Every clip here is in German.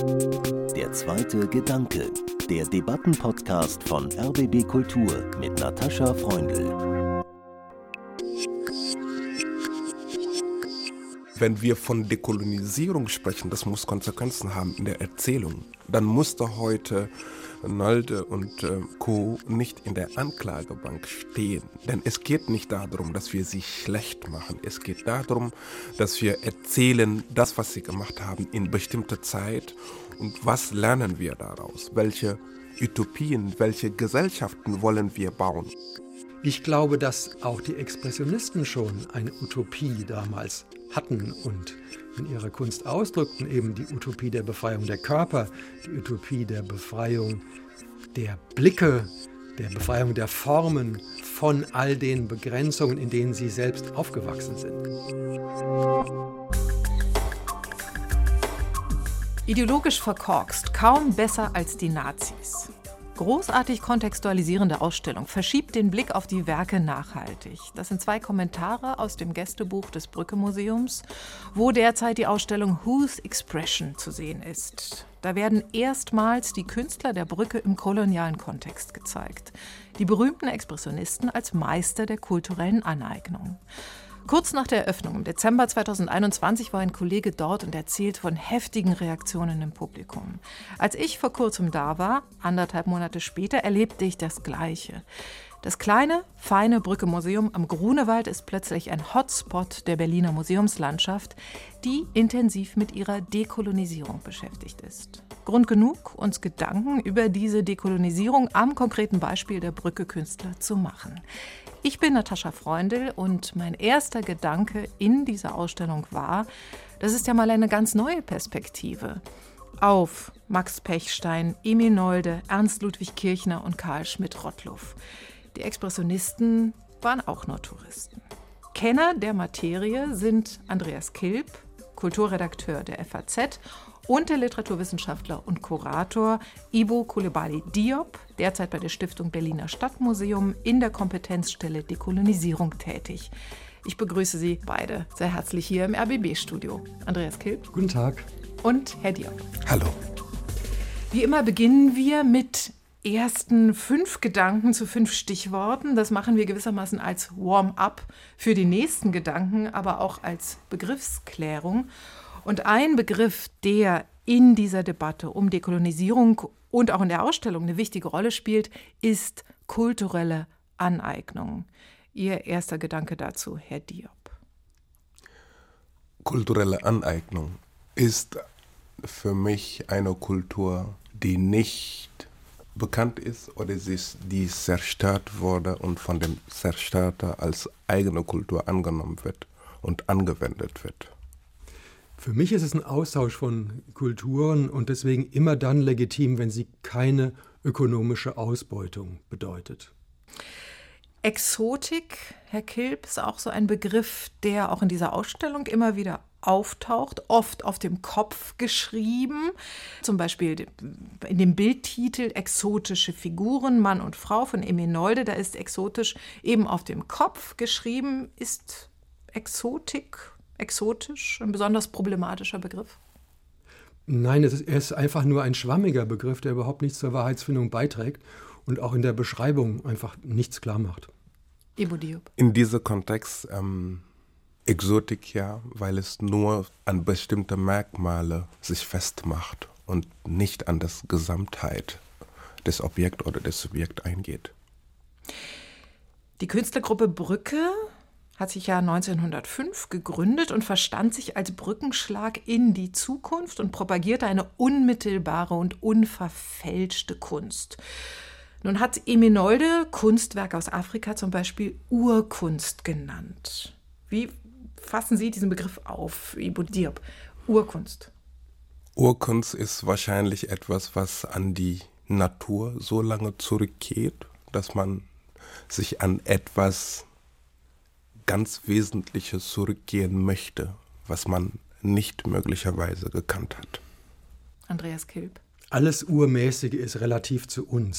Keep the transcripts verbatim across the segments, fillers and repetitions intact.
Der zweite Gedanke, der Debattenpodcast von R B B Kultur mit Natascha Freundl. Wenn wir von Dekolonisierung sprechen, das muss Konsequenzen haben in der Erzählung, dann muss da heute Nolde und äh, Co. nicht in der Anklagebank stehen. Denn es geht nicht darum, dass wir sie schlecht machen. Es geht darum, dass wir erzählen, das, was sie gemacht haben, in bestimmter Zeit. Und was lernen wir daraus? Welche Utopien, welche Gesellschaften wollen wir bauen? Ich glaube, dass auch die Expressionisten schon eine Utopie damals hatten und in ihrer Kunst ausdrückten, eben die Utopie der Befreiung der Körper, die Utopie der Befreiung der Blicke, der Befreiung der Formen von all den Begrenzungen, in denen sie selbst aufgewachsen sind. Ideologisch verkorkst, kaum besser als die Nazis. Großartig kontextualisierende Ausstellung verschiebt den Blick auf die Werke nachhaltig. Das sind zwei Kommentare aus dem Gästebuch des Brücke-Museums, wo derzeit die Ausstellung Whose Expression zu sehen ist. Da werden erstmals die Künstler der Brücke im kolonialen Kontext gezeigt. Die berühmten Expressionisten als Meister der kulturellen Aneignung. Kurz nach der Eröffnung im Dezember zweitausendeinundzwanzig war ein Kollege dort und erzählt von heftigen Reaktionen im Publikum. Als ich vor kurzem da war, anderthalb Monate später, erlebte ich das Gleiche. Das kleine, feine Brücke-Museum am Grunewald ist plötzlich ein Hotspot der Berliner Museumslandschaft, die intensiv mit ihrer Dekolonisierung beschäftigt ist. Grund genug, uns Gedanken über diese Dekolonisierung am konkreten Beispiel der Brücke-Künstler zu machen. Ich bin Natascha Freundl und mein erster Gedanke in dieser Ausstellung war, das ist ja mal eine ganz neue Perspektive auf Max Pechstein, Emil Nolde, Ernst Ludwig Kirchner und Karl Schmidt-Rottluff. Die Expressionisten waren auch nur Touristen. Kenner der Materie sind Andreas Kilb, Kulturredakteur der F A Z, und der Literaturwissenschaftler und Kurator Ibo Coulibaly Diop, derzeit bei der Stiftung Berliner Stadtmuseum in der Kompetenzstelle Dekolonisierung tätig. Ich begrüße Sie beide sehr herzlich hier im R B B-Studio. Andreas Kilb. Guten Tag. Und Herr Diop. Hallo. Wie immer beginnen wir mit ersten fünf Gedanken zu fünf Stichworten. Das machen wir gewissermaßen als Warm-up für die nächsten Gedanken, aber auch als Begriffsklärung. Und ein Begriff, der in dieser Debatte um Dekolonisierung und auch in der Ausstellung eine wichtige Rolle spielt, ist kulturelle Aneignung. Ihr erster Gedanke dazu, Herr Diop. Kulturelle Aneignung ist für mich eine Kultur, die nicht bekannt ist oder die zerstört wurde und von dem Zerstörter als eigene Kultur angenommen wird und angewendet wird. Für mich ist es ein Austausch von Kulturen und deswegen immer dann legitim, wenn sie keine ökonomische Ausbeutung bedeutet. Exotik, Herr Kilb, ist auch so ein Begriff, der auch in dieser Ausstellung immer wieder auftaucht, oft auf dem Kopf geschrieben. Zum Beispiel in dem Bildtitel Exotische Figuren, Mann und Frau von Emil Nolde, da ist exotisch eben auf dem Kopf geschrieben. Ist Exotik exotisch ein besonders problematischer Begriff? Nein, es ist, er ist einfach nur ein schwammiger Begriff, der überhaupt nichts zur Wahrheitsfindung beiträgt und auch in der Beschreibung einfach nichts klar macht. Ibo Diop. In diesem Kontext ähm, Exotik ja, weil es nur an bestimmte Merkmale sich festmacht und nicht an das Gesamtheit des Objekts oder des Subjekts eingeht. Die Künstlergruppe Brücke hat sich ja neunzehnhundertfünf gegründet und verstand sich als Brückenschlag in die Zukunft und propagierte eine unmittelbare und unverfälschte Kunst. Nun hat Emil Nolde Kunstwerke aus Afrika zum Beispiel Urkunst genannt. Wie fassen Sie diesen Begriff auf, Ibo Diop? Urkunst. Urkunst ist wahrscheinlich etwas, was an die Natur so lange zurückgeht, dass man sich an etwas ganz Wesentliches zurückgehen möchte, was man nicht möglicherweise gekannt hat. Andreas Kilb. Alles Urmäßige ist relativ zu uns.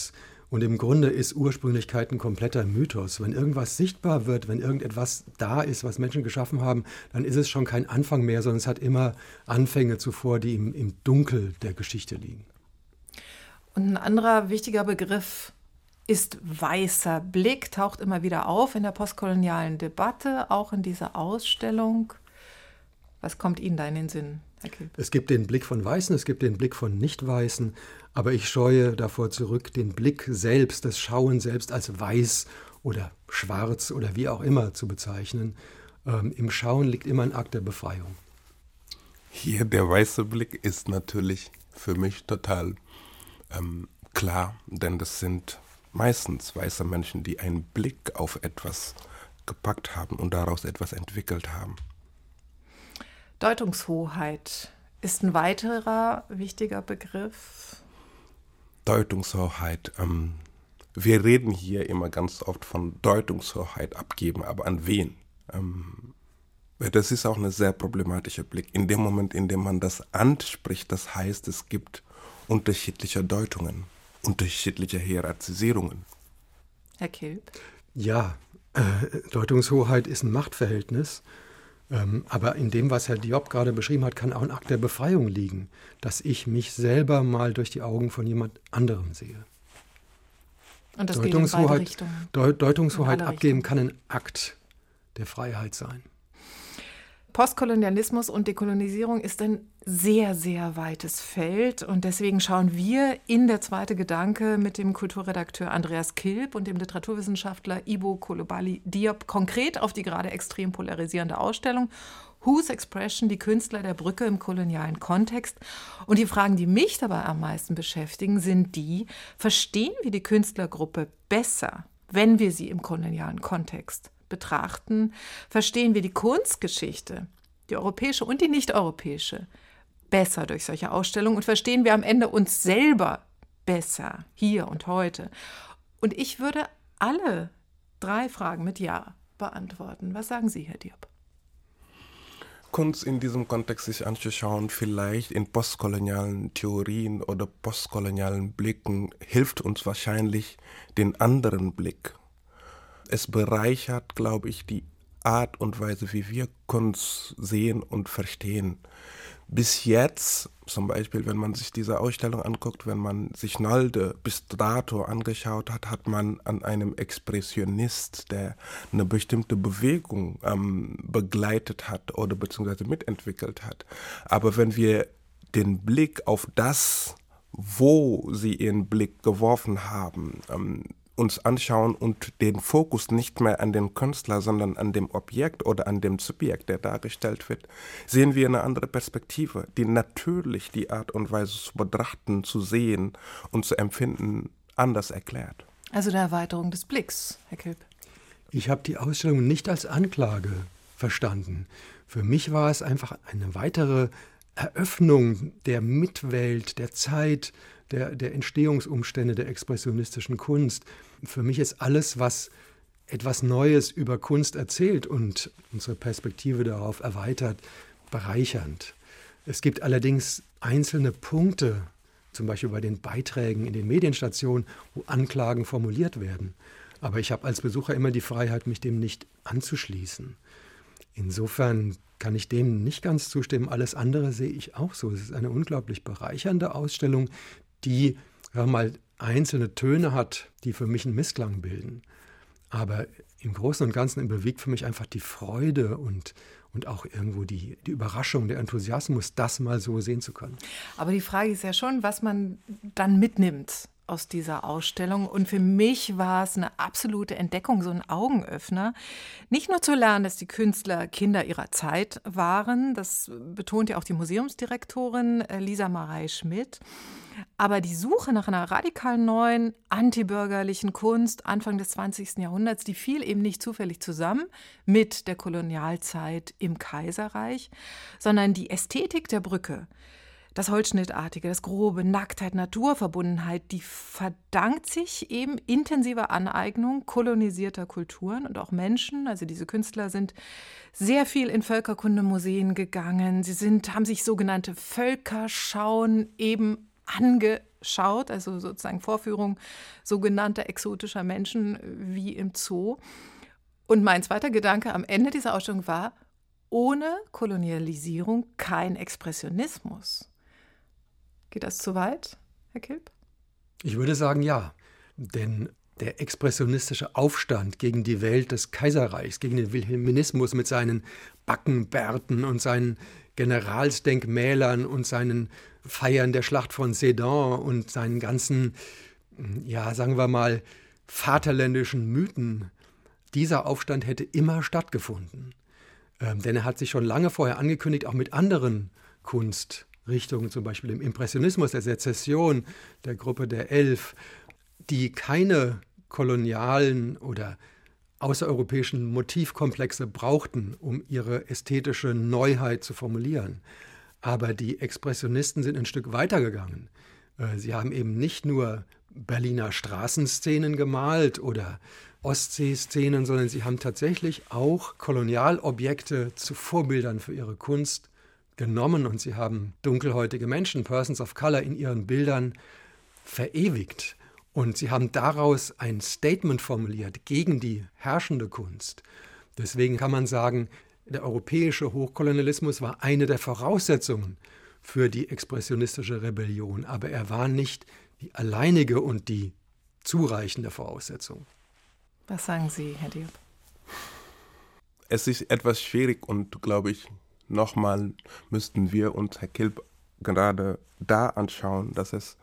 Und im Grunde ist Ursprünglichkeit ein kompletter Mythos. Wenn irgendwas sichtbar wird, wenn irgendetwas da ist, was Menschen geschaffen haben, dann ist es schon kein Anfang mehr, sondern es hat immer Anfänge zuvor, die im, im Dunkel der Geschichte liegen. Und ein anderer wichtiger Begriff ist weißer Blick, taucht immer wieder auf in der postkolonialen Debatte, auch in dieser Ausstellung. Was kommt Ihnen da in den Sinn, Herr Kilp? Es gibt den Blick von Weißen, es gibt den Blick von Nicht-Weißen, aber ich scheue davor zurück, den Blick selbst, das Schauen selbst als weiß oder schwarz oder wie auch immer zu bezeichnen. Ähm, Im Schauen liegt immer ein Akt der Befreiung. Hier der weiße Blick ist natürlich für mich total ähm, klar, denn das sind meistens weiße Menschen, die einen Blick auf etwas gepackt haben und daraus etwas entwickelt haben. Deutungshoheit ist ein weiterer wichtiger Begriff. Deutungshoheit. Ähm, wir reden hier immer ganz oft von Deutungshoheit abgeben, aber an wen? Ähm, das ist auch ein sehr problematischer Blick. In dem Moment, in dem man das anspricht, das heißt, es gibt unterschiedliche Deutungen, unterschiedliche Hierarchisierungen. Herr Kilp? Ja, äh, Deutungshoheit ist ein Machtverhältnis. Ähm, aber in dem, was Herr Diop gerade beschrieben hat, kann auch ein Akt der Befreiung liegen, dass ich mich selber mal durch die Augen von jemand anderem sehe. Und das Deutungshoheit, geht in beide Richtungen. Deut- Deutungshoheit in abgeben Richtungen. kann ein Akt der Freiheit sein. Postkolonialismus und Dekolonisierung ist ein sehr, sehr weites Feld. Und deswegen schauen wir in der zweite Gedanke mit dem Kulturredakteur Andreas Kilp und dem Literaturwissenschaftler Ibo Coulibaly Diop konkret auf die gerade extrem polarisierende Ausstellung Whose Expression, die Künstler der Brücke im kolonialen Kontext. Und die Fragen, die mich dabei am meisten beschäftigen, sind die: Verstehen wir die Künstlergruppe besser, wenn wir sie im kolonialen Kontext betrachten? Verstehen wir die Kunstgeschichte, die europäische und die nicht-europäische, besser durch solche Ausstellungen? Und verstehen wir am Ende uns selber besser, hier und heute? Und ich würde alle drei Fragen mit Ja beantworten. Was sagen Sie, Herr Diop? Kunst in diesem Kontext sich anzuschauen, vielleicht in postkolonialen Theorien oder postkolonialen Blicken, hilft uns wahrscheinlich den anderen Blick. Es bereichert, glaube ich, die Art und Weise, wie wir Kunst sehen und verstehen. Bis jetzt, zum Beispiel, wenn man sich diese Ausstellung anguckt, wenn man sich Nolde bis dato angeschaut hat, hat man an einem Expressionist, der eine bestimmte Bewegung ähm, begleitet hat oder beziehungsweise mitentwickelt hat. Aber wenn wir den Blick auf das, wo sie ihren Blick geworfen haben, ähm, uns anschauen und den Fokus nicht mehr an den Künstler, sondern an dem Objekt oder an dem Subjekt, der dargestellt wird, sehen wir eine andere Perspektive, die natürlich die Art und Weise zu betrachten, zu sehen und zu empfinden anders erklärt. Also der Erweiterung des Blicks, Herr Kilp. Ich habe die Ausstellung nicht als Anklage verstanden. Für mich war es einfach eine weitere Eröffnung der Mitwelt, der Zeit, der, der Entstehungsumstände der expressionistischen Kunst. Für mich ist alles, was etwas Neues über Kunst erzählt und unsere Perspektive darauf erweitert, bereichernd. Es gibt allerdings einzelne Punkte, zum Beispiel bei den Beiträgen in den Medienstationen, wo Anklagen formuliert werden. Aber ich habe als Besucher immer die Freiheit, mich dem nicht anzuschließen. Insofern kann ich dem nicht ganz zustimmen. Alles andere sehe ich auch so. Es ist eine unglaublich bereichernde Ausstellung, die hör mal, einzelne Töne hat, die für mich einen Missklang bilden. Aber im Großen und Ganzen bewegt für mich einfach die Freude und, und auch irgendwo die, die Überraschung, der Enthusiasmus, das mal so sehen zu können. Aber die Frage ist ja schon, was man dann mitnimmt aus dieser Ausstellung. Und für mich war es eine absolute Entdeckung, so ein Augenöffner. Nicht nur zu lernen, dass die Künstler Kinder ihrer Zeit waren, das betont ja auch die Museumsdirektorin Lisa Marei Schmidt, aber die Suche nach einer radikal neuen, antibürgerlichen Kunst Anfang des zwanzigsten Jahrhunderts, die fiel eben nicht zufällig zusammen mit der Kolonialzeit im Kaiserreich, sondern die Ästhetik der Brücke, das Holzschnittartige, das Grobe, Nacktheit, Naturverbundenheit, die verdankt sich eben intensiver Aneignung kolonisierter Kulturen und auch Menschen. Also diese Künstler sind sehr viel in Völkerkundemuseen gegangen. Sie sind, haben sich sogenannte Völkerschauen eben angeschaut. schaut, also sozusagen Vorführung sogenannter exotischer Menschen wie im Zoo. Und mein zweiter Gedanke am Ende dieser Ausstellung war, ohne Kolonialisierung kein Expressionismus. Geht das zu weit, Herr Kilp? Ich würde sagen, ja. Denn der expressionistische Aufstand gegen die Welt des Kaiserreichs, gegen den Wilhelminismus mit seinen Backenbärten und seinen Generalsdenkmälern und seinen Feiern der Schlacht von Sedan und seinen ganzen, ja, sagen wir mal, vaterländischen Mythen, dieser Aufstand hätte immer stattgefunden. Ähm, denn er hat sich schon lange vorher angekündigt, auch mit anderen Kunstrichtungen, zum Beispiel dem Impressionismus, der Sezession, der Gruppe der Elf, die keine kolonialen oder außereuropäischen Motivkomplexe brauchten, um ihre ästhetische Neuheit zu formulieren. Aber die Expressionisten sind ein Stück weitergegangen. Sie haben eben nicht nur Berliner Straßenszenen gemalt oder Ostseeszenen, sondern sie haben tatsächlich auch Kolonialobjekte zu Vorbildern für ihre Kunst genommen und sie haben dunkelhäutige Menschen, Persons of Color, in ihren Bildern verewigt. Und sie haben daraus ein Statement formuliert gegen die herrschende Kunst. Deswegen kann man sagen, der europäische Hochkolonialismus war eine der Voraussetzungen für die expressionistische Rebellion. Aber er war nicht die alleinige und die zureichende Voraussetzung. Was sagen Sie, Herr Diop? Es ist etwas schwierig und, glaube ich, nochmal müssten wir uns, Herr Kilp, gerade da anschauen, dass es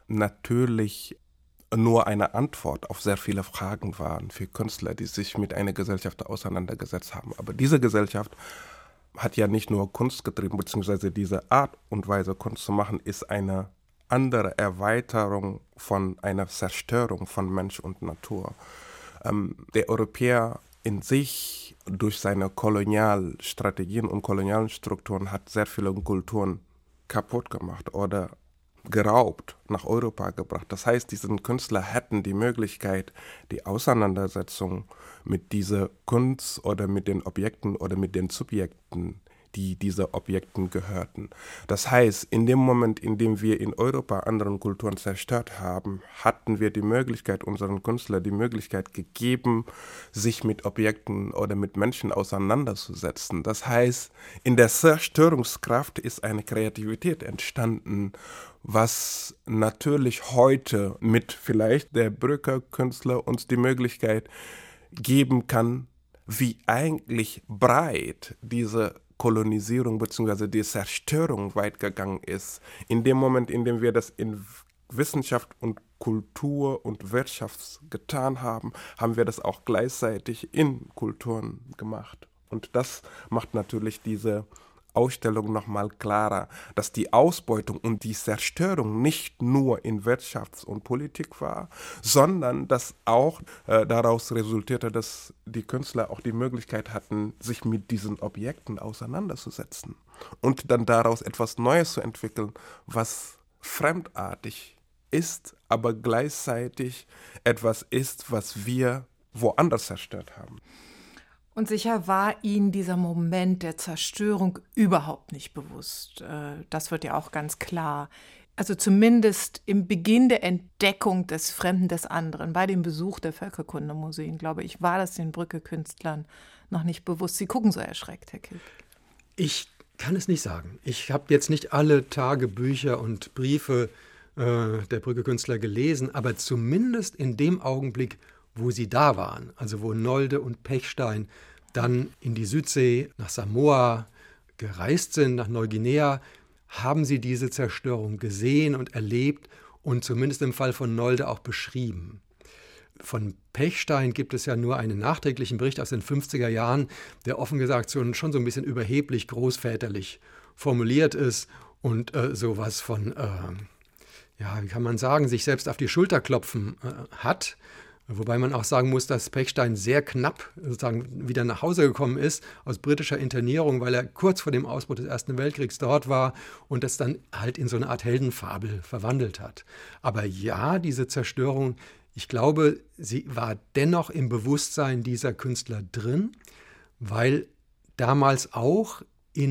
natürlich nur eine Antwort auf sehr viele Fragen waren für Künstler, die sich mit einer Gesellschaft auseinandergesetzt haben. Aber diese Gesellschaft hat ja nicht nur Kunst getrieben, beziehungsweise diese Art und Weise, Kunst zu machen, ist eine andere Erweiterung von einer Zerstörung von Mensch und Natur. Ähm, der Europäer in sich durch seine Kolonialstrategien und kolonialen Strukturen hat sehr viele Kulturen kaputt gemacht oder geraubt, nach Europa gebracht. Das heißt, diese Künstler hätten die Möglichkeit, die Auseinandersetzung mit dieser Kunst oder mit den Objekten oder mit den Subjekten, die diese Objekten gehörten. Das heißt, in dem Moment, in dem wir in Europa anderen Kulturen zerstört haben, hatten wir die Möglichkeit, unseren Künstlern die Möglichkeit gegeben, sich mit Objekten oder mit Menschen auseinanderzusetzen. Das heißt, in der Zerstörungskraft ist eine Kreativität entstanden, was natürlich heute mit vielleicht der Brücker-Künstler uns die Möglichkeit geben kann, wie eigentlich breit diese Kolonisierung bzw. die Zerstörung weit gegangen ist. In dem Moment, in dem wir das in Wissenschaft und Kultur und Wirtschaft getan haben, haben wir das auch gleichzeitig in Kulturen gemacht. Und das macht natürlich diese Ausstellung nochmal klarer, dass die Ausbeutung und die Zerstörung nicht nur in Wirtschaft und Politik war, sondern dass auch äh, daraus resultierte, dass die Künstler auch die Möglichkeit hatten, sich mit diesen Objekten auseinanderzusetzen und dann daraus etwas Neues zu entwickeln, was fremdartig ist, aber gleichzeitig etwas ist, was wir woanders zerstört haben. Und sicher war Ihnen dieser Moment der Zerstörung überhaupt nicht bewusst. Das wird ja auch ganz klar. Also zumindest im Beginn der Entdeckung des Fremden, des anderen, bei dem Besuch der Völkerkundemuseen, glaube ich, war das den Brücke-Künstlern noch nicht bewusst. Sie gucken so erschreckt, Herr Kilp. Ich kann es nicht sagen. Ich habe jetzt nicht alle Tagebücher und Briefe äh, der Brücke-Künstler gelesen, aber zumindest in dem Augenblick, wo sie da waren, also wo Nolde und Pechstein dann in die Südsee, nach Samoa gereist sind, nach Neuguinea, haben sie diese Zerstörung gesehen und erlebt und zumindest im Fall von Nolde auch beschrieben. Von Pechstein gibt es ja nur einen nachträglichen Bericht aus den fünfziger Jahren, der offen gesagt schon, schon so ein bisschen überheblich großväterlich formuliert ist und äh, sowas von, äh, ja, wie kann man sagen, sich selbst auf die Schulter klopfen äh, hat. Wobei man auch sagen muss, dass Pechstein sehr knapp sozusagen wieder nach Hause gekommen ist aus britischer Internierung, weil er kurz vor dem Ausbruch des Ersten Weltkriegs dort war und das dann halt in so eine Art Heldenfabel verwandelt hat. Aber ja, diese Zerstörung, ich glaube, sie war dennoch im Bewusstsein dieser Künstler drin, weil damals auch in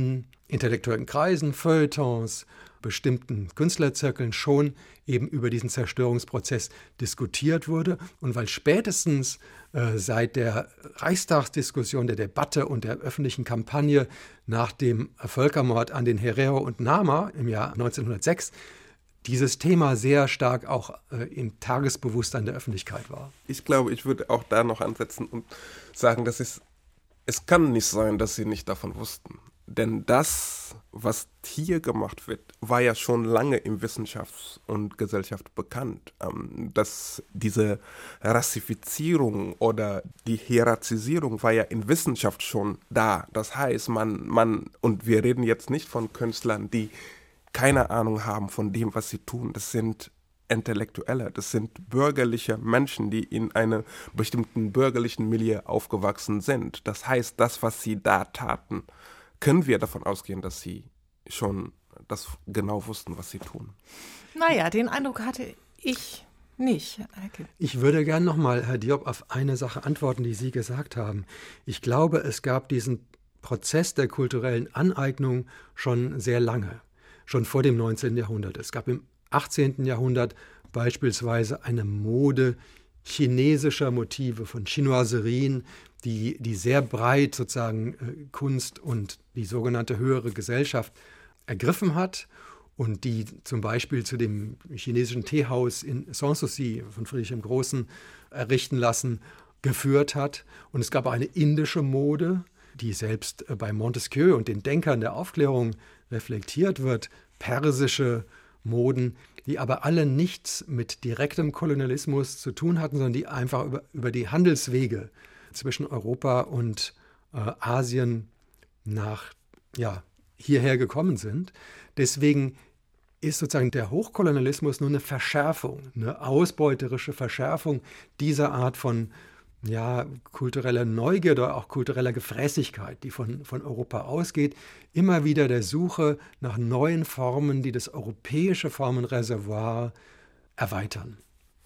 intellektuellen Kreisen, Feuilletons, bestimmten Künstlerzirkeln schon eben über diesen Zerstörungsprozess diskutiert wurde. Und weil spätestens äh, seit der Reichstagsdiskussion, der Debatte und der öffentlichen Kampagne nach dem Völkermord an den Herero und Nama im Jahr neunzehnhundertsechs dieses Thema sehr stark auch äh, im Tagesbewusstsein der Öffentlichkeit war. Ich glaube, ich würde auch da noch ansetzen und sagen, dass es, es kann nicht sein, dass sie nicht davon wussten. Denn das, was hier gemacht wird, war ja schon lange in Wissenschaft und Gesellschaft bekannt. Ähm, dass diese Rassifizierung oder die Hierarchisierung war ja in Wissenschaft schon da. Das heißt, man, man, und wir reden jetzt nicht von Künstlern, die keine Ahnung haben von dem, was sie tun. Das sind Intellektuelle, das sind bürgerliche Menschen, die in einem bestimmten bürgerlichen Milieu aufgewachsen sind. Das heißt, das, was sie da taten, können wir davon ausgehen, dass sie schon das genau wussten, was sie tun. Naja, den Eindruck hatte ich nicht. Okay. Ich würde gern nochmal, Herr Diop, auf eine Sache antworten, die Sie gesagt haben. Ich glaube, es gab diesen Prozess der kulturellen Aneignung schon sehr lange, schon vor dem neunzehnten Jahrhundert. Es gab im achtzehnten Jahrhundert beispielsweise eine Mode chinesischer Motive, von Chinoiserien, die, die sehr breit sozusagen äh, Kunst und die sogenannte höhere Gesellschaft ergriffen hat und die zum Beispiel zu dem chinesischen Teehaus in Sanssouci von Friedrich dem Großen errichten lassen, geführt hat. Und es gab eine indische Mode, die selbst bei Montesquieu und den Denkern der Aufklärung reflektiert wird, persische Moden, die aber alle nichts mit direktem Kolonialismus zu tun hatten, sondern die einfach über, über die Handelswege zwischen Europa und äh, Asien nach, ja, hierher gekommen sind. Deswegen ist sozusagen der Hochkolonialismus nur eine Verschärfung, eine ausbeuterische Verschärfung dieser Art von ja, kultureller Neugierde oder auch kultureller Gefräßigkeit, die von, von Europa ausgeht, immer wieder der Suche nach neuen Formen, die das europäische Formenreservoir erweitern.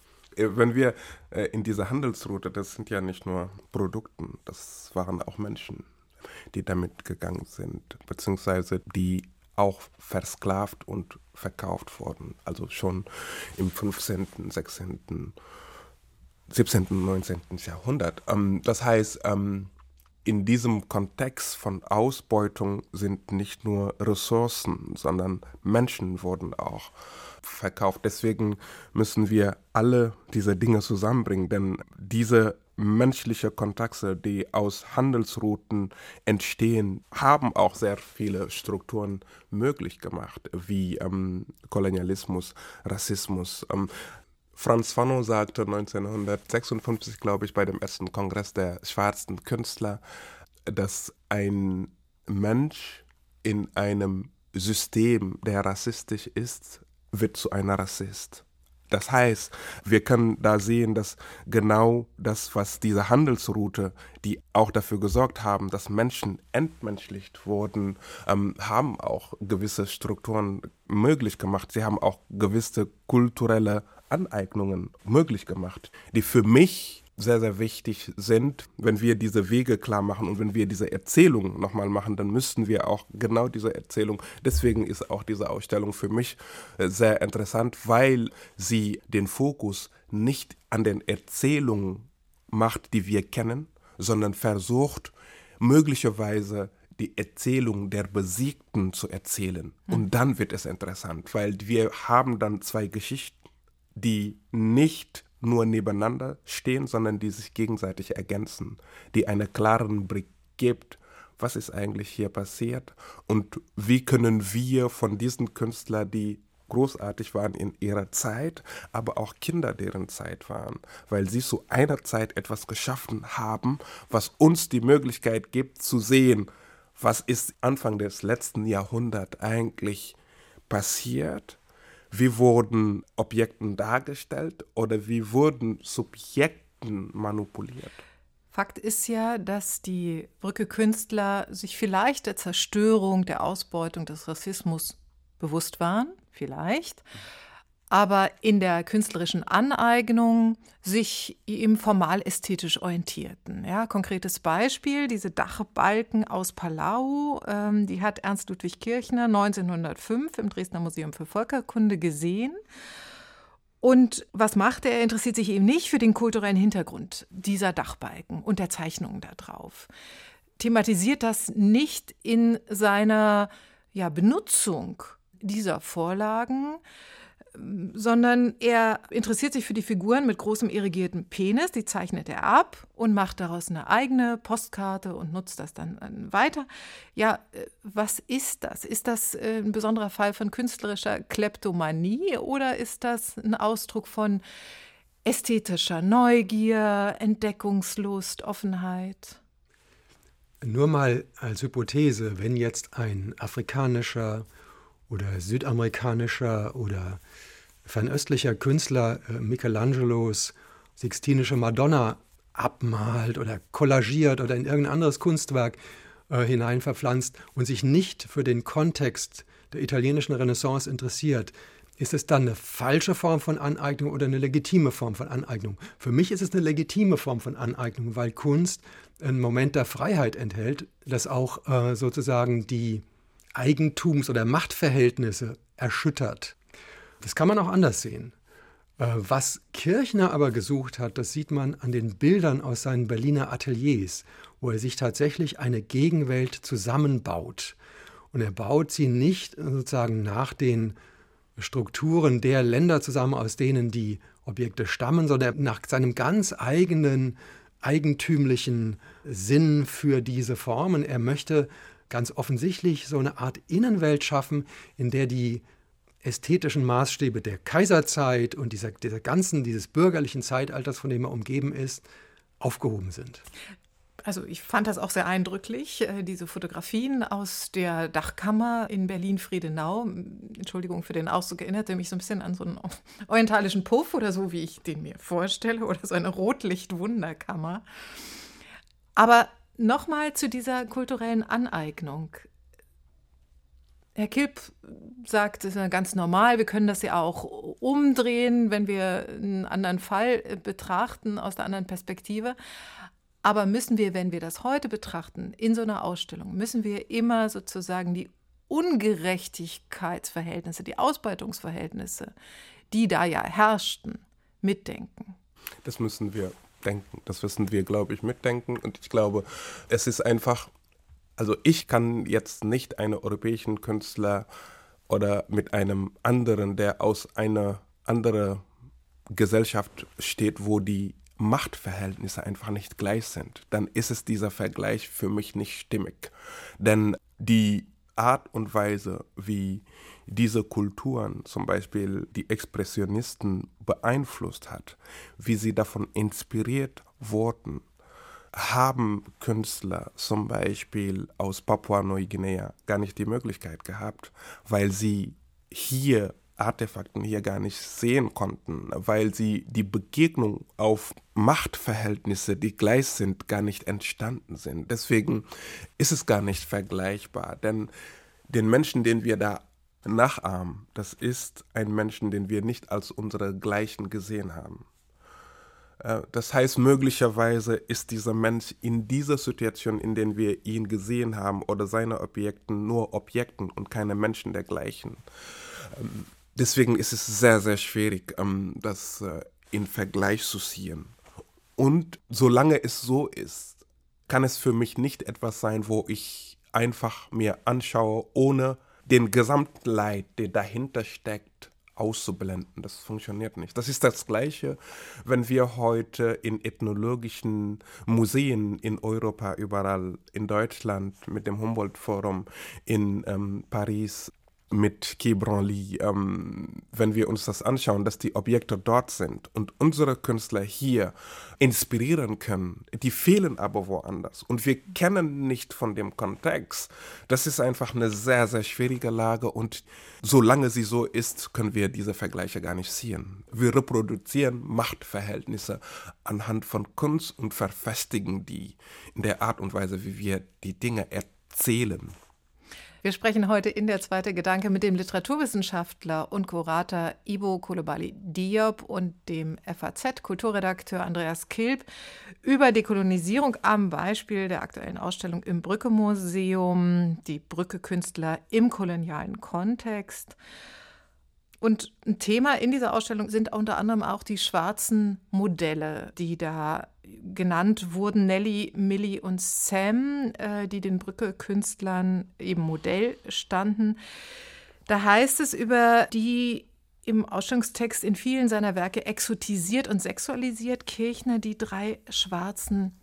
Wenn wir äh, in dieser Handelsroute, das sind ja nicht nur Produkte, das waren auch Menschen, die damit gegangen sind, beziehungsweise die auch versklavt und verkauft wurden. Also schon im fünfzehnten, sechzehnten, siebzehnten, neunzehnten Jahrhundert. Ähm, das heißt, ähm, in diesem Kontext von Ausbeutung sind nicht nur Ressourcen, sondern Menschen wurden auch verkauft. Deswegen müssen wir alle diese Dinge zusammenbringen, denn diese menschliche Kontakte, die aus Handelsrouten entstehen, haben auch sehr viele Strukturen möglich gemacht, wie ähm, Kolonialismus, Rassismus. Ähm, Frantz Fanon sagte neunzehnhundertsechsundfünfzig, glaube ich, bei dem ersten Kongress der schwarzen Künstler, dass ein Mensch in einem System, der rassistisch ist, wird zu einer Rassist. Das heißt, wir können da sehen, dass genau das, was diese Handelsroute, die auch dafür gesorgt haben, dass Menschen entmenschlicht wurden, ähm, haben auch gewisse Strukturen möglich gemacht. Sie haben auch gewisse kulturelle Aneignungen möglich gemacht, die für mich sehr, sehr wichtig sind. Wenn wir diese Wege klar machen und wenn wir diese Erzählung nochmal machen, dann müssten wir auch genau diese Erzählung, deswegen ist auch diese Ausstellung für mich sehr interessant, weil sie den Fokus nicht an den Erzählungen macht, die wir kennen, sondern versucht, möglicherweise die Erzählung der Besiegten zu erzählen. Und dann wird es interessant, weil wir haben dann zwei Geschichten, die nicht nur nebeneinander stehen, sondern die sich gegenseitig ergänzen, die einen klaren Blick gibt, was ist eigentlich hier passiert und wie können wir von diesen Künstlern, die großartig waren in ihrer Zeit, aber auch Kinder deren Zeit waren, weil sie zu einer Zeit etwas geschaffen haben, was uns die Möglichkeit gibt zu sehen, was ist Anfang des letzten Jahrhunderts eigentlich passiert. Wie wurden Objekten dargestellt oder wie wurden Subjekten manipuliert? Fakt ist ja, dass die Brücke-Künstler sich vielleicht der Zerstörung, der Ausbeutung, des Rassismus bewusst waren, vielleicht. aber in der künstlerischen Aneignung sich im formal-ästhetisch orientierten. Ja, konkretes Beispiel, diese Dachbalken aus Palau, ähm, die hat Ernst Ludwig Kirchner neunzehnhundertfünf im Dresdner Museum für Völkerkunde gesehen. Und was macht er? Er interessiert sich eben nicht für den kulturellen Hintergrund dieser Dachbalken und der Zeichnungen da drauf. Thematisiert das nicht in seiner ja, Benutzung dieser Vorlagen, sondern er interessiert sich für die Figuren mit großem irrigierten Penis, die zeichnet er ab und macht daraus eine eigene Postkarte und nutzt das dann weiter. Ja, was ist das? Ist das ein besonderer Fall von künstlerischer Kleptomanie oder ist das ein Ausdruck von ästhetischer Neugier, Entdeckungslust, Offenheit? Nur mal als Hypothese, wenn jetzt ein afrikanischer oder südamerikanischer oder fernöstlicher Künstler äh, Michelangelos Sixtinische Madonna abmalt oder kollagiert oder in irgendein anderes Kunstwerk äh, hineinverpflanzt und sich nicht für den Kontext der italienischen Renaissance interessiert, ist es dann eine falsche Form von Aneignung oder eine legitime Form von Aneignung? Für mich ist es eine legitime Form von Aneignung, weil Kunst einen Moment der Freiheit enthält, das auch äh, sozusagen die Eigentums- oder Machtverhältnisse erschüttert. Das kann man auch anders sehen. Was Kirchner aber gesucht hat, das sieht man an den Bildern aus seinen Berliner Ateliers, wo er sich tatsächlich eine Gegenwelt zusammenbaut. Und er baut sie nicht sozusagen nach den Strukturen der Länder zusammen, aus denen die Objekte stammen, sondern nach seinem ganz eigenen, eigentümlichen Sinn für diese Formen. Er möchte ganz offensichtlich so eine Art Innenwelt schaffen, in der die ästhetischen Maßstäbe der Kaiserzeit und dieser, dieser ganzen, dieses bürgerlichen Zeitalters, von dem er umgeben ist, aufgehoben sind. Also ich fand das auch sehr eindrücklich, diese Fotografien aus der Dachkammer in Berlin-Friedenau. Entschuldigung für den Ausdruck, erinnerte mich so ein bisschen an so einen orientalischen Puff oder so, wie ich den mir vorstelle, oder so eine Rotlicht-Wunderkammer. Aber nochmal zu dieser kulturellen Aneignung. Herr Kilp sagt, es ist ja ganz normal, wir können das ja auch umdrehen, wenn wir einen anderen Fall betrachten, aus einer anderen Perspektive. Aber müssen wir, wenn wir das heute betrachten, in so einer Ausstellung, müssen wir immer sozusagen die Ungerechtigkeitsverhältnisse, die Ausbeutungsverhältnisse, die da ja herrschten, mitdenken? Das müssen wir denken. Das müssen wir, glaube ich, mitdenken. Und ich glaube, es ist einfach, also ich kann jetzt nicht einen europäischen Künstler oder mit einem anderen, der aus einer anderen Gesellschaft steht, wo die Machtverhältnisse einfach nicht gleich sind, dann ist es dieser Vergleich für mich nicht stimmig. Denn die Art und Weise, wie diese Kulturen, zum Beispiel die Expressionisten, beeinflusst hat, wie sie davon inspiriert wurden, haben Künstler zum Beispiel aus Papua-Neuguinea gar nicht die Möglichkeit gehabt, weil sie hier Artefakten hier gar nicht sehen konnten, weil sie die Begegnung auf Machtverhältnisse, die gleich sind, gar nicht entstanden sind. Deswegen ist es gar nicht vergleichbar, denn den Menschen, den wir da nachahmen, das ist ein Menschen, den wir nicht als unsere Gleichen gesehen haben. Das heißt, möglicherweise ist dieser Mensch in dieser Situation, in der wir ihn gesehen haben, oder seine Objekten nur Objekten und keine Menschen dergleichen. Deswegen ist es sehr, sehr schwierig, das in Vergleich zu ziehen. Und solange es so ist, kann es für mich nicht etwas sein, wo ich einfach mir anschaue, ohne den gesamten Leid, der dahinter steckt, auszublenden. Das funktioniert nicht. Das ist das Gleiche, wenn wir heute in ethnologischen Museen in Europa, überall in Deutschland mit dem Humboldt-Forum, in ähm, Paris mit Quai Branly, ähm, wenn wir uns das anschauen, dass die Objekte dort sind und unsere Künstler hier inspirieren können, die fehlen aber woanders und wir kennen nicht von dem Kontext. Das ist einfach eine sehr, sehr schwierige Lage und solange sie so ist, können wir diese Vergleiche gar nicht ziehen. Wir reproduzieren Machtverhältnisse anhand von Kunst und verfestigen die in der Art und Weise, wie wir die Dinge erzählen. Wir sprechen heute in der zweite Gedanke mit dem Literaturwissenschaftler und Kurator Ibo Coulibaly Diop und dem F A Z-Kulturredakteur Andreas Kilb über Dekolonisierung am Beispiel der aktuellen Ausstellung im Brücke-Museum, die Brücke-Künstler im kolonialen Kontext. Und ein Thema in dieser Ausstellung sind unter anderem auch die schwarzen Modelle, die da genannt wurden, Nelly, Millie und Sam, äh, die den Brücke-Künstlern eben Modell standen. Da heißt es über die im Ausstellungstext in vielen seiner Werke exotisiert und sexualisiert Kirchner die drei schwarzen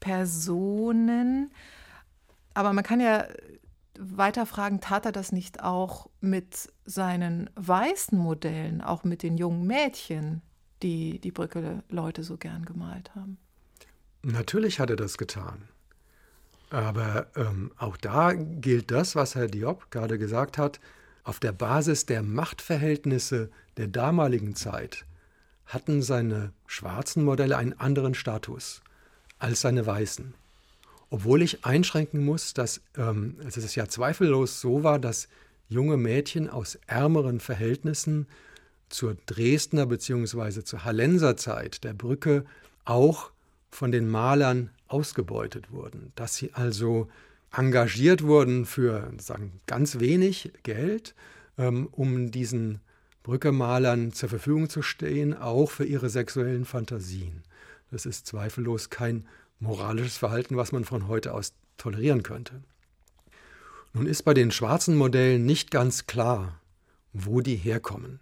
Personen. Aber man kann ja weiter fragen, tat er das nicht auch mit seinen weißen Modellen, auch mit den jungen Mädchen, die die Brücke-Leute so gern gemalt haben? Natürlich hat er das getan. Aber ähm, auch da gilt das, was Herr Diop gerade gesagt hat, auf der Basis der Machtverhältnisse der damaligen Zeit hatten seine schwarzen Modelle einen anderen Status als seine weißen. Obwohl ich einschränken muss, dass ähm, es ja zweifellos so war, dass junge Mädchen aus ärmeren Verhältnissen zur Dresdner bzw. zur Hallenser Zeit der Brücke auch von den Malern ausgebeutet wurden. Dass sie also engagiert wurden für sagen, ganz wenig Geld, ähm, um diesen Brücke-Malern zur Verfügung zu stehen, auch für ihre sexuellen Fantasien. Das ist zweifellos kein moralisches Verhalten, was man von heute aus tolerieren könnte. Nun ist bei den schwarzen Modellen nicht ganz klar, wo die herkommen.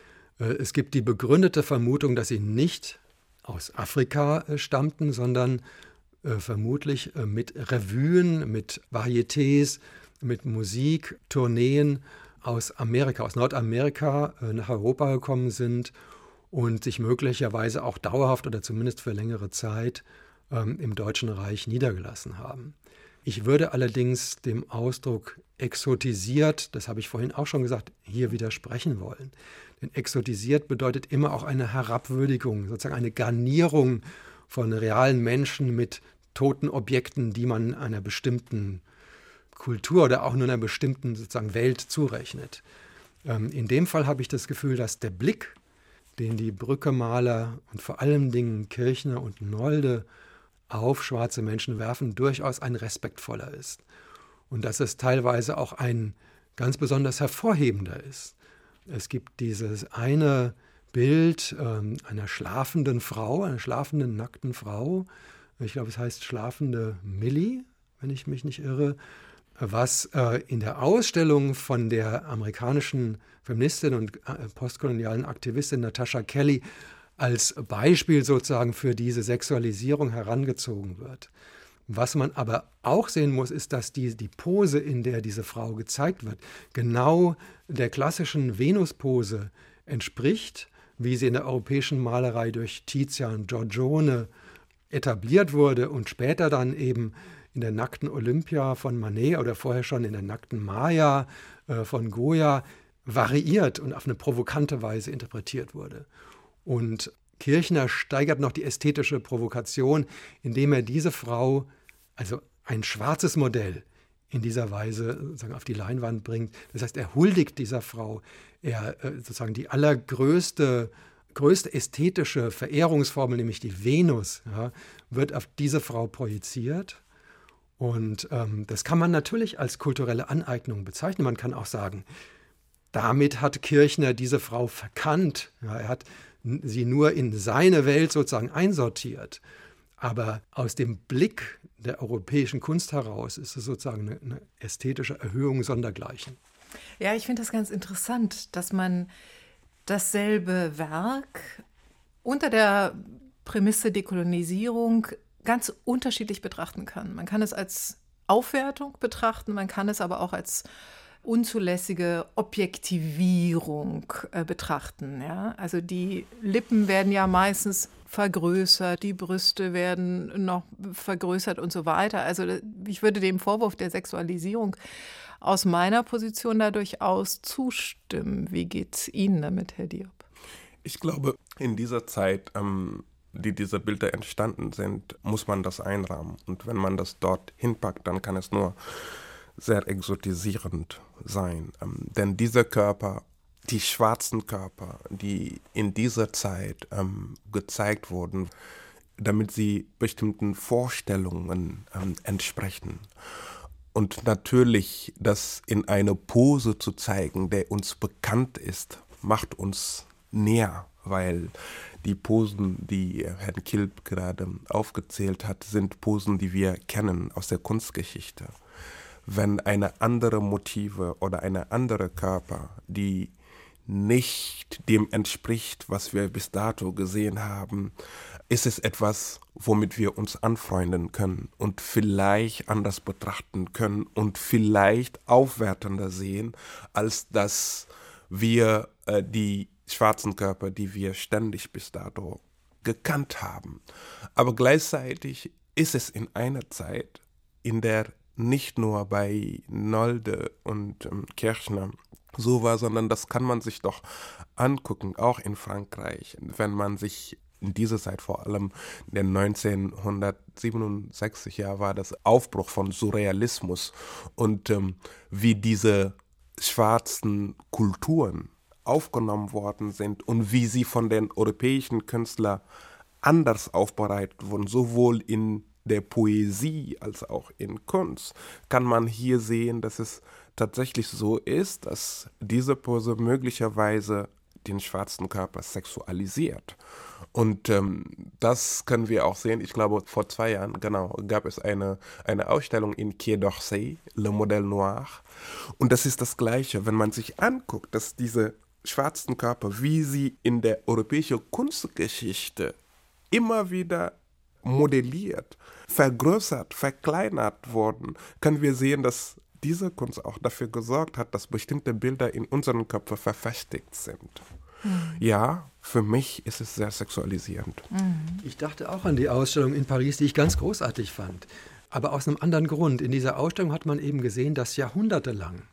Es gibt die begründete Vermutung, dass sie nicht aus Afrika stammten, sondern äh, vermutlich äh, mit Revuen, mit Varietés, mit Musik, Tourneen aus Amerika, aus Nordamerika äh, nach Europa gekommen sind und sich möglicherweise auch dauerhaft oder zumindest für längere Zeit ähm, im Deutschen Reich niedergelassen haben. Ich würde allerdings dem Ausdruck exotisiert, das habe ich vorhin auch schon gesagt, hier widersprechen wollen. Denn exotisiert bedeutet immer auch eine Herabwürdigung, sozusagen eine Garnierung von realen Menschen mit toten Objekten, die man einer bestimmten Kultur oder auch nur einer bestimmten sozusagen Welt zurechnet. Ähm, in dem Fall habe ich das Gefühl, dass der Blick, den die Brücke-Maler und vor allen Dingen Kirchner und Nolde auf schwarze Menschen werfen, durchaus ein respektvoller ist. Und dass es teilweise auch ein ganz besonders hervorhebender ist. Es gibt dieses eine Bild ähm, einer schlafenden Frau, einer schlafenden, nackten Frau. Ich glaube, es heißt schlafende Millie, wenn ich mich nicht irre, was äh, in der Ausstellung von der amerikanischen Feministin und äh, postkolonialen Aktivistin Natasha Kelly als Beispiel sozusagen für diese Sexualisierung herangezogen wird. Was man aber auch sehen muss, ist, dass die, die Pose, in der diese Frau gezeigt wird, genau der klassischen Venuspose entspricht, wie sie in der europäischen Malerei durch Tizian, Giorgione etabliert wurde und später dann eben in der nackten Olympia von Manet oder vorher schon in der nackten Maya äh, von Goya variiert und auf eine provokante Weise interpretiert wurde. Und Kirchner steigert noch die ästhetische Provokation, indem er diese Frau, also ein schwarzes Modell, in dieser Weise sozusagen auf die Leinwand bringt. Das heißt, er huldigt dieser Frau. Er äh, sozusagen die allergrößte größte ästhetische Verehrungsformel, nämlich die Venus, ja, wird auf diese Frau projiziert. Und ähm, das kann man natürlich als kulturelle Aneignung bezeichnen. Man kann auch sagen, damit hat Kirchner diese Frau verkannt. Ja, er hat sie nur in seine Welt sozusagen einsortiert. Aber aus dem Blick der europäischen Kunst heraus ist es sozusagen eine, eine ästhetische Erhöhung sondergleichen. Ja, ich finde das ganz interessant, dass man dasselbe Werk unter der Prämisse Dekolonisierung ganz unterschiedlich betrachten kann. Man kann es als Aufwertung betrachten, man kann es aber auch als unzulässige Objektivierung äh, betrachten. Ja? Also die Lippen werden ja meistens vergrößert, die Brüste werden noch vergrößert und so weiter. Also ich würde dem Vorwurf der Sexualisierung aus meiner Position da durchaus zustimmen. Wie geht es Ihnen damit, Herr Diop? Ich glaube, in dieser Zeit, ähm, die diese Bilder entstanden sind, muss man das einrahmen. Und wenn man das dort hinpackt, dann kann es nur sehr exotisierend sein. Ähm, denn diese Körper, die schwarzen Körper, die in dieser Zeit ähm, gezeigt wurden, damit sie bestimmten Vorstellungen ähm, entsprechen. Und natürlich, das in eine Pose zu zeigen, der uns bekannt ist, macht uns näher, weil die Posen, die Herrn Kilb gerade aufgezählt hat, sind Posen, die wir kennen aus der Kunstgeschichte. Wenn eine andere Motive oder eine andere Körper, die nicht dem entspricht, was wir bis dato gesehen haben, ist es etwas, womit wir uns anfreunden können und vielleicht anders betrachten können und vielleicht aufwertender sehen, als dass wir äh, die schwarzen Körper, die wir ständig bis dato gekannt haben. Aber gleichzeitig ist es in einer Zeit, in der nicht nur bei Nolde und ähm, Kirchner so war, sondern das kann man sich doch angucken, auch in Frankreich, wenn man sich in dieser Zeit, vor allem in den neunzehnhundertsiebenundsechzig Jahr, war das Aufbruch von Surrealismus und ähm, wie diese schwarzen Kulturen aufgenommen worden sind und wie sie von den europäischen Künstlern anders aufbereitet wurden, sowohl in der Poesie als auch in Kunst, kann man hier sehen, dass es tatsächlich so ist, dass diese Pose möglicherweise den schwarzen Körper sexualisiert. Und ähm, das können wir auch sehen. Ich glaube, vor zwei Jahren, genau, gab es eine, eine Ausstellung in Quai d'Orsay, Le Modèle Noir. Und das ist das Gleiche, wenn man sich anguckt, dass diese schwarzen Körper, wie sie in der europäischen Kunstgeschichte immer wieder modelliert, vergrößert, verkleinert wurden, können wir sehen, dass diese Kunst auch dafür gesorgt hat, dass bestimmte Bilder in unseren Köpfen verfestigt sind. Mhm. Ja, für mich ist es sehr sexualisierend. Mhm. Ich dachte auch an die Ausstellung in Paris, die ich ganz großartig fand. Aber aus einem anderen Grund. In dieser Ausstellung hat man eben gesehen, dass jahrhundertelang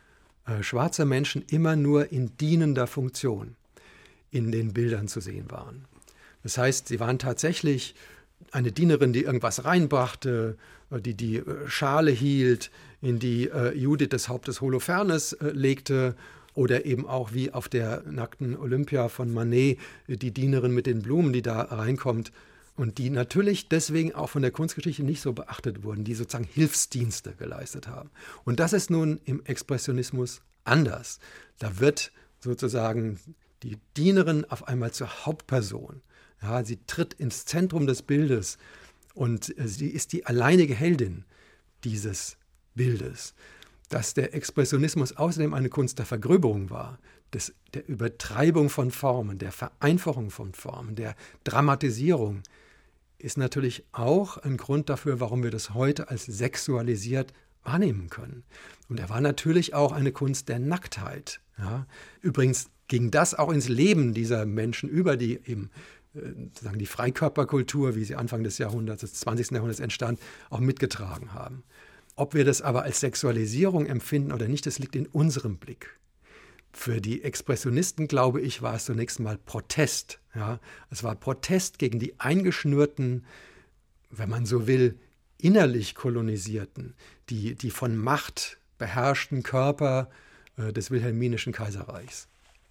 äh, schwarze Menschen immer nur in dienender Funktion in den Bildern zu sehen waren. Das heißt, sie waren tatsächlich eine Dienerin, die irgendwas reinbrachte, die die Schale hielt, in die äh, Judith des Hauptes Holofernes äh, legte, oder eben auch wie auf der nackten Olympia von Manet, die Dienerin mit den Blumen, die da reinkommt und die natürlich deswegen auch von der Kunstgeschichte nicht so beachtet wurden, die sozusagen Hilfsdienste geleistet haben. Und das ist nun im Expressionismus anders. Da wird sozusagen die Dienerin auf einmal zur Hauptperson. Ja, sie tritt ins Zentrum des Bildes und sie ist die alleinige Heldin dieses Bildes. Dass der Expressionismus außerdem eine Kunst der Vergröberung war, des, der Übertreibung von Formen, der Vereinfachung von Formen, der Dramatisierung, ist natürlich auch ein Grund dafür, warum wir das heute als sexualisiert wahrnehmen können. Und er war natürlich auch eine Kunst der Nacktheit. Ja. Übrigens ging das auch ins Leben dieser Menschen über, die eben sagen die Freikörperkultur, wie sie Anfang des Jahrhunderts, des zwanzigsten Jahrhunderts entstand, auch mitgetragen haben. Ob wir das aber als Sexualisierung empfinden oder nicht, das liegt in unserem Blick. Für die Expressionisten, glaube ich, war es zunächst mal Protest. Ja? Es war Protest gegen die eingeschnürten, wenn man so will, innerlich kolonisierten, die, die von Macht beherrschten Körper äh, des Wilhelminischen Kaiserreichs.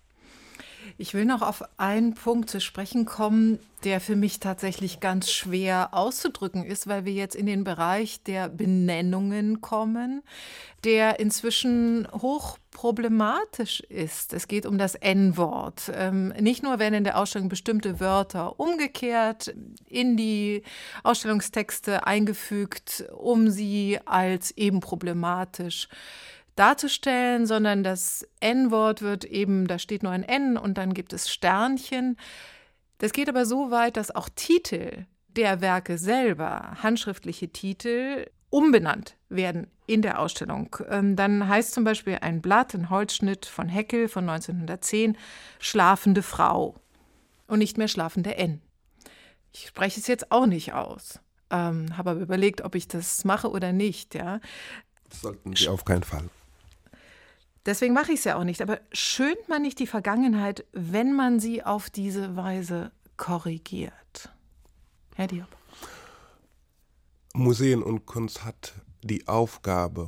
Ich will noch auf einen Punkt zu sprechen kommen, der für mich tatsächlich ganz schwer auszudrücken ist, weil wir jetzt in den Bereich der Benennungen kommen, der inzwischen hochproblematisch ist. Es geht um das En-Wort. Ähm, nicht nur werden in der Ausstellung bestimmte Wörter umgekehrt in die Ausstellungstexte eingefügt, um sie als eben problematisch darzustellen, sondern das En-Wort wird eben, da steht nur ein N und dann gibt es Sternchen. Das geht aber so weit, dass auch Titel der Werke selber, handschriftliche Titel, umbenannt werden in der Ausstellung. Dann heißt zum Beispiel ein Blatt, ein Holzschnitt von Heckel von neunzehnhundertzehn, Schlafende Frau und nicht mehr Schlafende N. Ich spreche es jetzt auch nicht aus, ähm, habe aber überlegt, ob ich das mache oder nicht. Ja. Das sollten Sie auf keinen Fall. Deswegen mache ich es ja auch nicht. Aber schönt man nicht die Vergangenheit, wenn man sie auf diese Weise korrigiert? Herr Diop. Museen und Kunst hat die Aufgabe,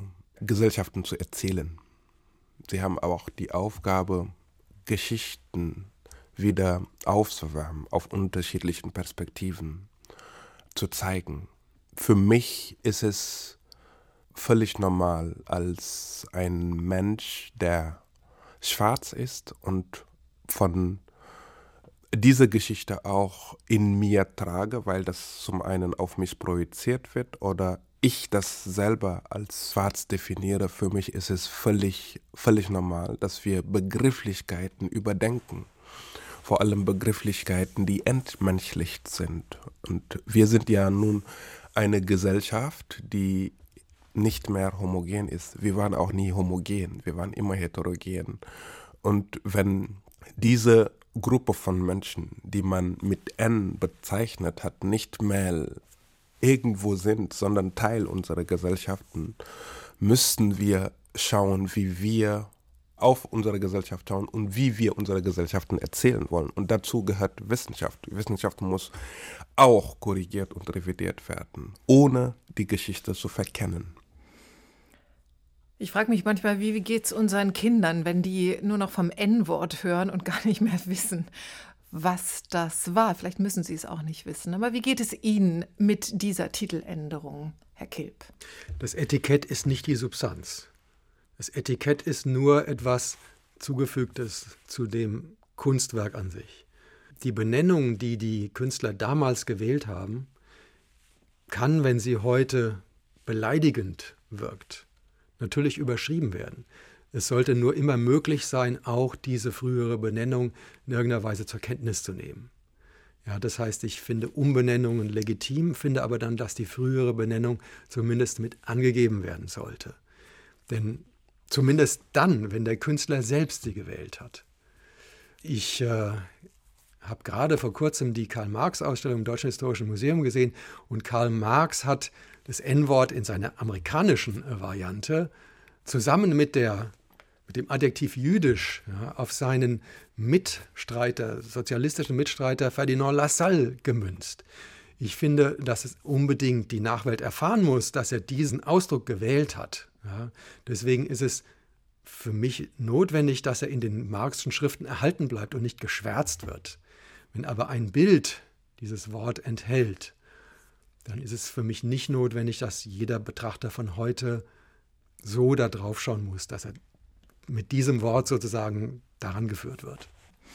Gesellschaften zu erzählen. Sie haben aber auch die Aufgabe, Geschichten wieder aufzuwärmen, auf unterschiedlichen Perspektiven zu zeigen. Für mich ist es völlig normal, als ein Mensch, der schwarz ist und von dieser Geschichte auch in mir trage, weil das zum einen auf mich projiziert wird oder ich das selber als schwarz definiere. Für mich ist es völlig, völlig normal, dass wir Begrifflichkeiten überdenken. Vor allem Begrifflichkeiten, die entmenschlicht sind. Und wir sind ja nun eine Gesellschaft, die nicht mehr homogen ist. Wir waren auch nie homogen, wir waren immer heterogen. Und wenn diese Gruppe von Menschen, die man mit N bezeichnet hat, nicht mehr irgendwo sind, sondern Teil unserer Gesellschaften, müssten wir schauen, wie wir auf unsere Gesellschaft schauen und wie wir unsere Gesellschaften erzählen wollen. Und dazu gehört Wissenschaft. Wissenschaft muss auch korrigiert und revidiert werden, ohne die Geschichte zu verkennen. Ich frage mich manchmal, wie geht es unseren Kindern, wenn die nur noch vom En-Wort hören und gar nicht mehr wissen, was das war. Vielleicht müssen sie es auch nicht wissen. Aber wie geht es Ihnen mit dieser Titeländerung, Herr Kilp? Das Etikett ist nicht die Substanz. Das Etikett ist nur etwas Zugefügtes zu dem Kunstwerk an sich. Die Benennung, die die Künstler damals gewählt haben, kann, wenn sie heute beleidigend wirkt, natürlich überschrieben werden. Es sollte nur immer möglich sein, auch diese frühere Benennung in irgendeiner Weise zur Kenntnis zu nehmen. Ja, das heißt, ich finde Umbenennungen legitim, finde aber dann, dass die frühere Benennung zumindest mit angegeben werden sollte. Denn zumindest dann, wenn der Künstler selbst sie gewählt hat. Ich äh, habe gerade vor kurzem die Karl-Marx-Ausstellung im Deutschen Historischen Museum gesehen und Karl Marx hat das En-Wort in seiner amerikanischen äh, Variante zusammen mit, der, mit dem Adjektiv jüdisch ja, auf seinen Mitstreiter, sozialistischen Mitstreiter Ferdinand Lassalle gemünzt. Ich finde, dass es unbedingt die Nachwelt erfahren muss, dass er diesen Ausdruck gewählt hat. Ja, deswegen ist es für mich notwendig, dass er in den Marxischen Schriften erhalten bleibt und nicht geschwärzt wird. Wenn aber ein Bild dieses Wort enthält, dann ist es für mich nicht notwendig, dass jeder Betrachter von heute so da drauf schauen muss, dass er mit diesem Wort sozusagen daran geführt wird.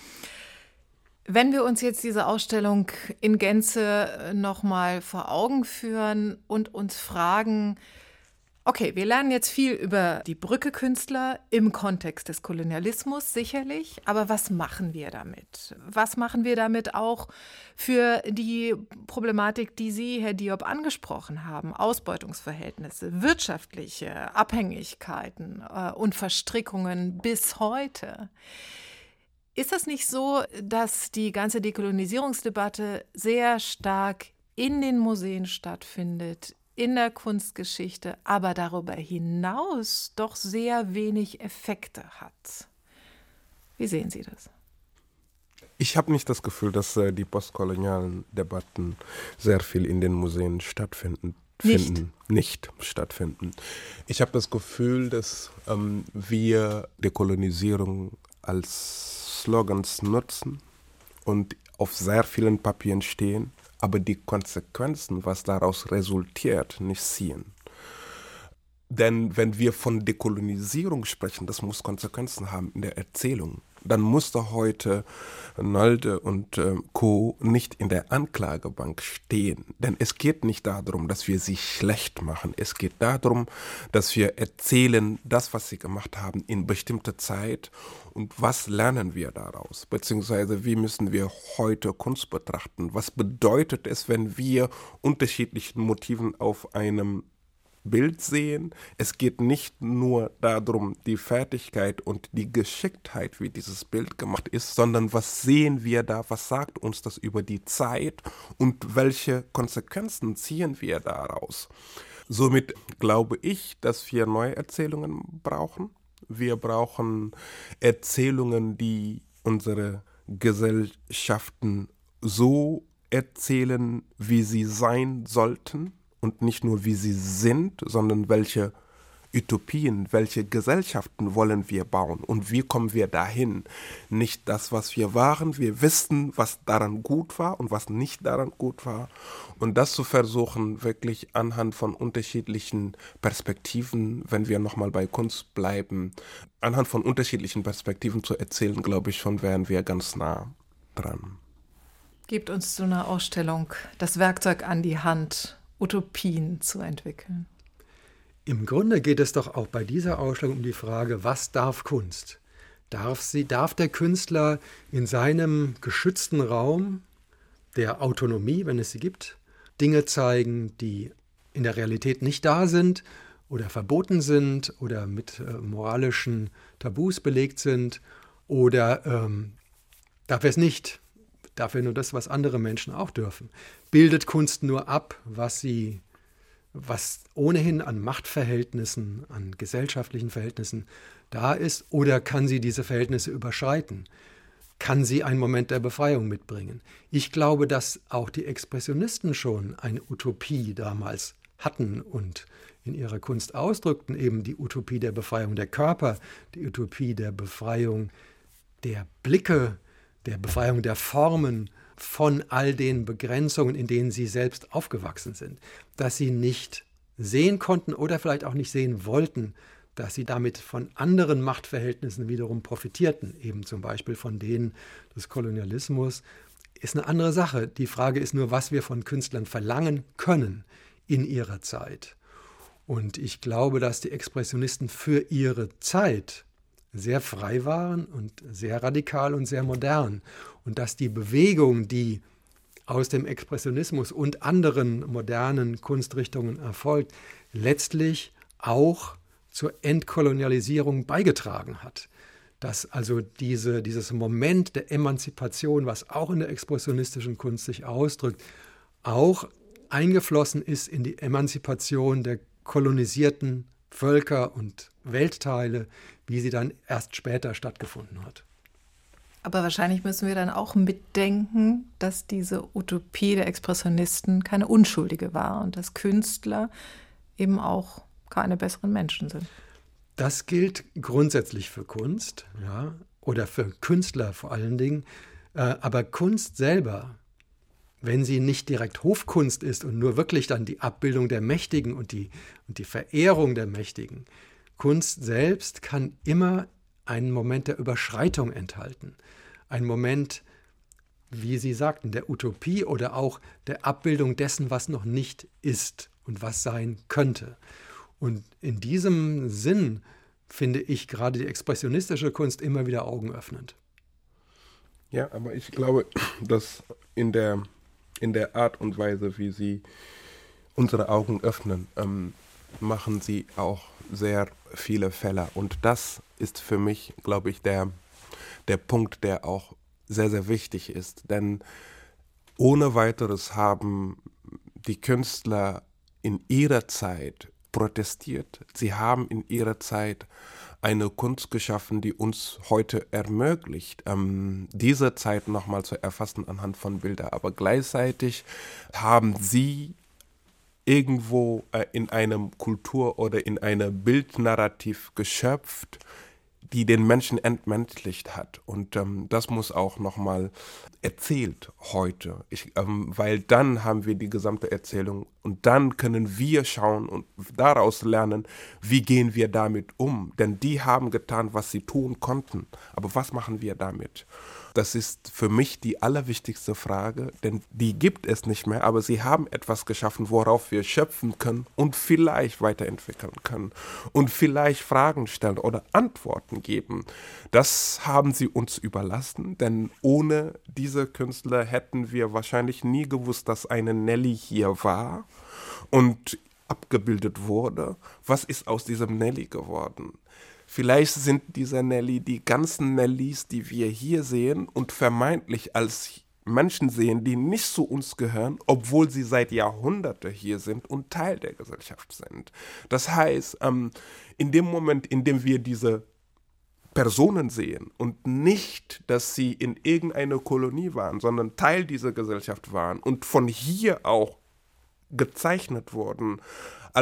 Wenn wir uns jetzt diese Ausstellung in Gänze nochmal vor Augen führen und uns fragen, okay, wir lernen jetzt viel über die Brücke-Künstler im Kontext des Kolonialismus, sicherlich. Aber was machen wir damit? Was machen wir damit auch für die Problematik, die Sie, Herr Diop, angesprochen haben? Ausbeutungsverhältnisse, wirtschaftliche Abhängigkeiten äh, und Verstrickungen bis heute. Ist das nicht so, dass die ganze Dekolonisierungsdebatte sehr stark in den Museen stattfindet, in der Kunstgeschichte, aber darüber hinaus doch sehr wenig Effekte hat? Wie sehen Sie das? Ich habe nicht das Gefühl, dass äh, die postkolonialen Debatten sehr viel in den Museen stattfinden. Nicht? Finden, nicht stattfinden. Ich habe das Gefühl, dass ähm, wir Dekolonisierung als Slogans nutzen und auf sehr vielen Papieren stehen, aber die Konsequenzen, was daraus resultiert, nicht ziehen. Denn wenn wir von Dekolonisierung sprechen, das muss Konsequenzen haben in der Erzählung. Dann muss doch heute Nolde und äh, Co. nicht in der Anklagebank stehen. Denn es geht nicht darum, dass wir sie schlecht machen. Es geht darum, dass wir erzählen, das, was sie gemacht haben, in bestimmter Zeit und was lernen wir daraus. Beziehungsweise wie müssen wir heute Kunst betrachten? Was bedeutet es, wenn wir unterschiedlichen Motiven auf einem Bild sehen? Es geht nicht nur darum, die Fertigkeit und die Geschicktheit, wie dieses Bild gemacht ist, sondern was sehen wir da, was sagt uns das über die Zeit und welche Konsequenzen ziehen wir daraus. Somit glaube ich, dass wir neue Erzählungen brauchen. Wir brauchen Erzählungen, die unsere Gesellschaften so erzählen, wie sie sein sollten. Und nicht nur, wie sie sind, sondern welche Utopien, welche Gesellschaften wollen wir bauen und wie kommen wir dahin. Nicht das, was wir waren, wir wissen, was daran gut war und was nicht daran gut war. Und das zu versuchen, wirklich anhand von unterschiedlichen Perspektiven, wenn wir nochmal bei Kunst bleiben, anhand von unterschiedlichen Perspektiven zu erzählen, glaube ich, schon wären wir ganz nah dran. Gebt uns zu einer Ausstellung das Werkzeug an die Hand, Utopien zu entwickeln. Im Grunde geht es doch auch bei dieser Ausstellung um die Frage, was darf Kunst? Darf sie, darf der Künstler in seinem geschützten Raum der Autonomie, wenn es sie gibt, Dinge zeigen, die in der Realität nicht da sind oder verboten sind oder mit äh, moralischen Tabus belegt sind, oder ähm, darf er es nicht? Darf er nur das, was andere Menschen auch dürfen? Bildet Kunst nur ab, was sie, was ohnehin an Machtverhältnissen, an gesellschaftlichen Verhältnissen da ist, oder kann sie diese Verhältnisse überschreiten? Kann sie einen Moment der Befreiung mitbringen? Ich glaube, dass auch die Expressionisten schon eine Utopie damals hatten und in ihrer Kunst ausdrückten, eben die Utopie der Befreiung der Körper, die Utopie der Befreiung der Blicke, der Befreiung der Formen von all den Begrenzungen, in denen sie selbst aufgewachsen sind, dass sie nicht sehen konnten oder vielleicht auch nicht sehen wollten, dass sie damit von anderen Machtverhältnissen wiederum profitierten, eben zum Beispiel von denen des Kolonialismus, ist eine andere Sache. Die Frage ist nur, was wir von Künstlern verlangen können in ihrer Zeit. Und ich glaube, dass die Expressionisten für ihre Zeit sehr frei waren und sehr radikal und sehr modern. Und dass die Bewegung, die aus dem Expressionismus und anderen modernen Kunstrichtungen erfolgt, letztlich auch zur Entkolonialisierung beigetragen hat. Dass also diese, dieses Moment der Emanzipation, was auch in der expressionistischen Kunst sich ausdrückt, auch eingeflossen ist in die Emanzipation der kolonisierten Völker und Weltteile, wie sie dann erst später stattgefunden hat. Aber wahrscheinlich müssen wir dann auch mitdenken, dass diese Utopie der Expressionisten keine unschuldige war und dass Künstler eben auch keine besseren Menschen sind. Das gilt grundsätzlich für Kunst, ja, oder für Künstler vor allen Dingen. Aber Kunst selber, wenn sie nicht direkt Hofkunst ist und nur wirklich dann die Abbildung der Mächtigen und die, und die Verehrung der Mächtigen, Kunst selbst kann immer einen Moment der Überschreitung enthalten. Ein Moment, wie Sie sagten, der Utopie oder auch der Abbildung dessen, was noch nicht ist und was sein könnte. Und in diesem Sinn finde ich gerade die expressionistische Kunst immer wieder augenöffnend. Ja, aber ich glaube, dass in der, in der Art und Weise, wie sie unsere Augen öffnen, ähm, machen sie auch sehr viele Fehler. Und das ist für mich, glaube ich, der, der Punkt, der auch sehr, sehr wichtig ist. Denn ohne weiteres haben die Künstler in ihrer Zeit protestiert. Sie haben in ihrer Zeit eine Kunst geschaffen, die uns heute ermöglicht, ähm, diese Zeit nochmal zu erfassen anhand von Bildern. Aber gleichzeitig haben sie irgendwo äh, in einem Kultur- oder in einem Bildnarrativ geschöpft, die den Menschen entmenschlicht hat. Und ähm, das muss auch nochmal erzählt heute, ich, ähm, weil dann haben wir die gesamte Erzählung und dann können wir schauen und daraus lernen, wie gehen wir damit um. Denn die haben getan, was sie tun konnten. Aber was machen wir damit? Das ist für mich die allerwichtigste Frage, denn die gibt es nicht mehr, aber sie haben etwas geschaffen, worauf wir schöpfen können und vielleicht weiterentwickeln können und vielleicht Fragen stellen oder Antworten geben. Das haben sie uns überlassen, denn ohne diese Künstler hätten wir wahrscheinlich nie gewusst, dass eine Nelly hier war und abgebildet wurde. Was ist aus diesem Nelly geworden? Vielleicht sind diese Nelly die ganzen Nellys, die wir hier sehen und vermeintlich als Menschen sehen, die nicht zu uns gehören, obwohl sie seit Jahrhunderten hier sind und Teil der Gesellschaft sind. Das heißt, ähm, in dem Moment, in dem wir diese Personen sehen und nicht, dass sie in irgendeiner Kolonie waren, sondern Teil dieser Gesellschaft waren und von hier auch gezeichnet wurden, also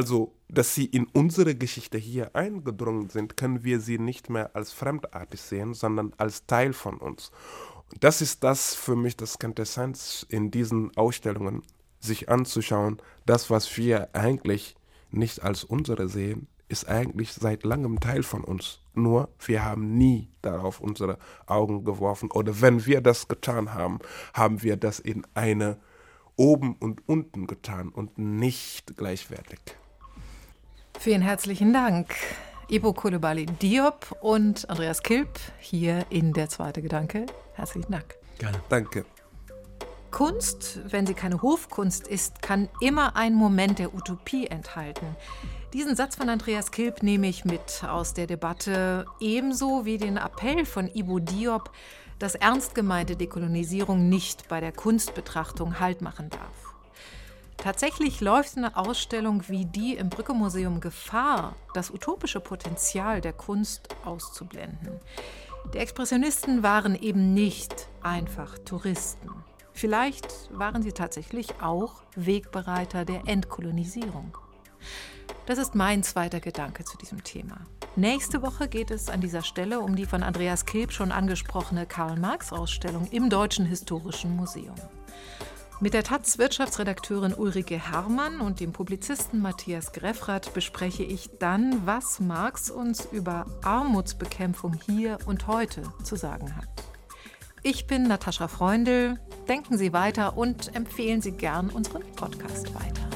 dass sie in unsere Geschichte hier eingedrungen sind, können wir sie nicht mehr als fremdartig sehen, sondern als Teil von uns. Und das ist das für mich das Quintessenz in diesen Ausstellungen, sich anzuschauen, das, was wir eigentlich nicht als unsere sehen, ist eigentlich seit langem Teil von uns. Nur wir haben nie darauf unsere Augen geworfen. Oder wenn wir das getan haben, haben wir das in eine oben und unten getan und nicht gleichwertig. Vielen herzlichen Dank. Ibo Coulibaly Diop und Andreas Kilp hier in Der zweite Gedanke. Herzlichen Dank. Gerne. Danke. Kunst, wenn sie keine Hofkunst ist, kann immer einen Moment der Utopie enthalten. Diesen Satz von Andreas Kilp nehme ich mit aus der Debatte, ebenso wie den Appell von Ibo Diop, dass ernst gemeinte Dekolonisierung nicht bei der Kunstbetrachtung Halt machen darf. Tatsächlich läuft eine Ausstellung wie die im Brücke-Museum Gefahr, das utopische Potenzial der Kunst auszublenden. Die Expressionisten waren eben nicht einfach Touristen. Vielleicht waren sie tatsächlich auch Wegbereiter der Entkolonisierung. Das ist mein zweiter Gedanke zu diesem Thema. Nächste Woche geht es an dieser Stelle um die von Andreas Kilp schon angesprochene Karl-Marx-Ausstellung im Deutschen Historischen Museum. Mit der taz Wirtschaftsredakteurin Ulrike Herrmann und dem Publizisten Matthias Greffrath bespreche ich dann, was Marx uns über Armutsbekämpfung hier und heute zu sagen hat. Ich bin Natascha Freundl. Denken Sie weiter und empfehlen Sie gern unseren Podcast weiter.